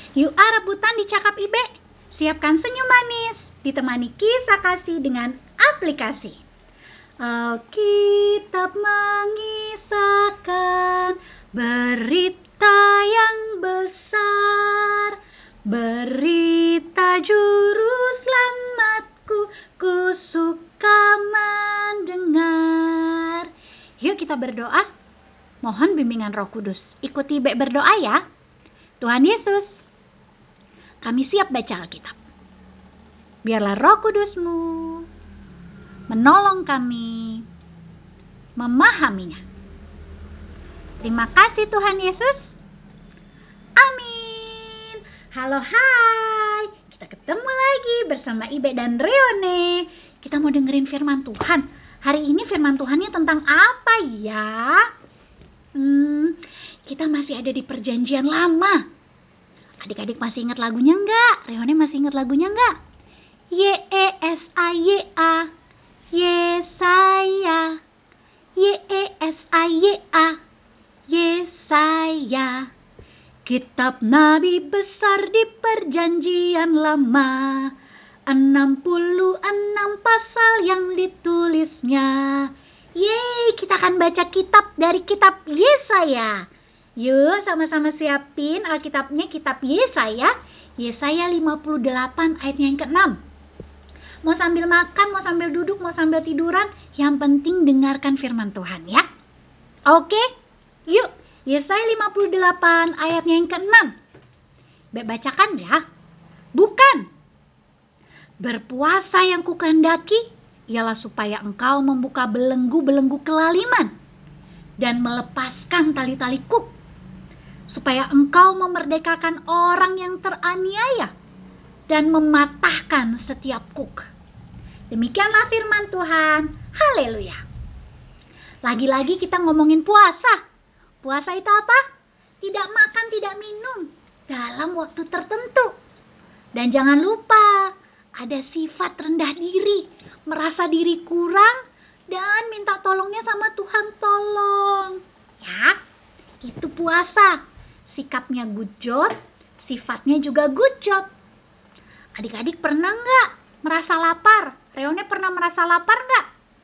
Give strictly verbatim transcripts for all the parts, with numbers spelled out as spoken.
Yuk ah rebutan di Cakap Ibe. Siapkan senyum manis, ditemani kisah kasih dengan aplikasi. Alkitab mengisahkan berita yang besar, berita juru selamatku, ku suka mendengar. Yuk kita berdoa. Mohon bimbingan Roh Kudus. Ikuti Ibe berdoa ya. Tuhan Yesus, kami siap baca Alkitab. Biarlah Roh Kudus-Mu menolong kami memahaminya. Terima kasih Tuhan Yesus. Amin. Halo, hai. Kita ketemu lagi bersama Ibe dan Reone. Kita mau dengerin firman Tuhan. Hari ini firman Tuhannya tentang apa ya? Hmm, kita masih ada di perjanjian lama. Adik-adik masih ingat lagunya enggak? Reone masih ingat lagunya enggak? Y E S A Y A, Yesaya, Y E S A Y A, Yesaya. Kitab Nabi besar di perjanjian lama, enam puluh enam pasal yang ditulisnya. Yeay, kita akan baca kitab dari kitab Yesaya. Yuk sama-sama siapin Alkitabnya, kitab Yesaya. Yesaya lima puluh delapan ayatnya yang keenam. Mau sambil makan, mau sambil duduk, mau sambil tiduran, yang penting dengarkan firman Tuhan ya. Oke, yuk Yesaya lima puluh delapan ayatnya yang keenam. Bacakan ya. Bukan, berpuasa yang kukehendaki ialah supaya engkau membuka belenggu-belenggu kelaliman dan melepaskan tali-tali kuk, supaya engkau memerdekakan orang yang teraniaya dan mematahkan setiap kuk. Demikianlah firman Tuhan. Haleluya. Lagi-lagi kita ngomongin puasa. Puasa itu apa? Tidak makan, tidak minum dalam waktu tertentu. Dan jangan lupa, ada sifat rendah diri, merasa diri kurang, dan minta tolongnya sama Tuhan tolong. Ya, itu puasa. Sikapnya good job, sifatnya juga good job. Adik-adik pernah nggak merasa lapar? Reone pernah merasa lapar nggak?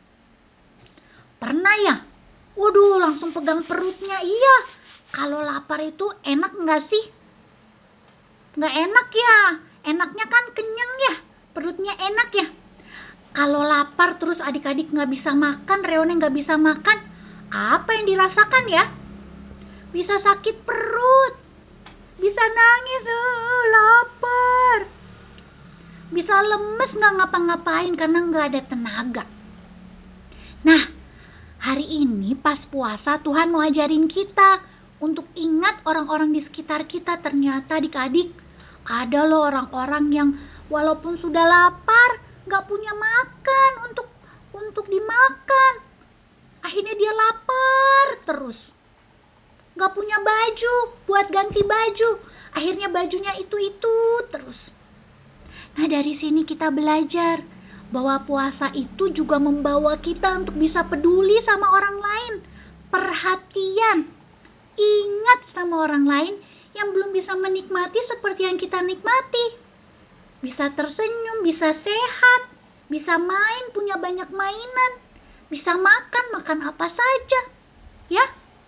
Pernah ya? Waduh, langsung pegang perutnya. Iya, kalau lapar itu enak nggak sih? Nggak enak ya. Enaknya kan kenyang ya. Perutnya enak ya. Kalau lapar terus adik-adik nggak bisa makan, Reone nggak bisa makan, apa yang dirasakan ya? Bisa sakit perut, bisa nangis, uh, lapar, bisa lemes nggak ngapa-ngapain karena nggak ada tenaga. Nah, hari ini pas puasa Tuhan mau ajarin kita untuk ingat orang-orang di sekitar kita. Ternyata adik-adik, ada loh orang-orang yang walaupun sudah lapar, gak punya makan untuk untuk dimakan. Akhirnya dia lapar terus. Gak punya baju buat ganti baju. Akhirnya bajunya itu-itu terus. Nah, dari sini kita belajar bahwa puasa itu juga membawa kita untuk bisa peduli sama orang lain. Perhatian. Ingat sama orang lain yang belum bisa menikmati seperti yang kita nikmati. Bisa tersenyum, bisa sehat, bisa main, punya banyak mainan, bisa makan, makan apa saja, ya.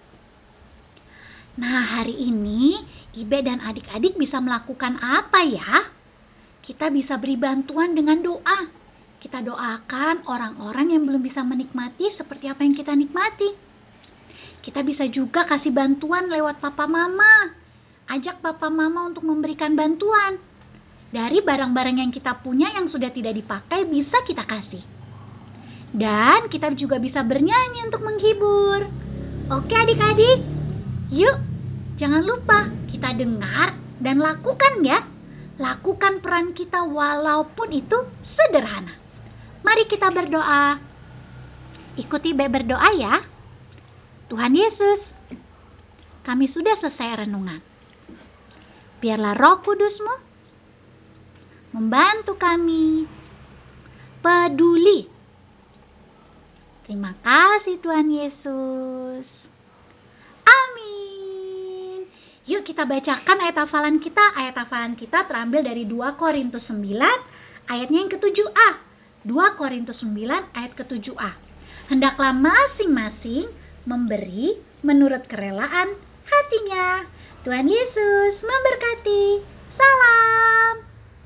Nah, hari ini Ibe dan adik-adik bisa melakukan apa ya? Kita bisa beri bantuan dengan doa. Kita doakan orang-orang yang belum bisa menikmati seperti apa yang kita nikmati. Kita bisa juga kasih bantuan lewat papa mama. Ajak papa mama untuk memberikan bantuan. Dari barang-barang yang kita punya yang sudah tidak dipakai bisa kita kasih. Dan kita juga bisa bernyanyi untuk menghibur. Oke adik-adik, yuk jangan lupa kita dengar dan lakukan ya. Lakukan peran kita walaupun itu sederhana. Mari kita berdoa. Ikuti Ibe berdoa ya. Tuhan Yesus, kami sudah selesai renungan. Biarlah Roh Kudus-Mu membantu kami peduli. Terima kasih Tuhan Yesus. Amin. Yuk kita bacakan ayat hafalan kita. Ayat hafalan kita terambil dari dua Korintus sembilan ayatnya yang ketujuh a. dua Korintus sembilan ayat ketujuh a. Hendaklah masing-masing memberi menurut kerelaan hatinya. Tuhan Yesus memberkati.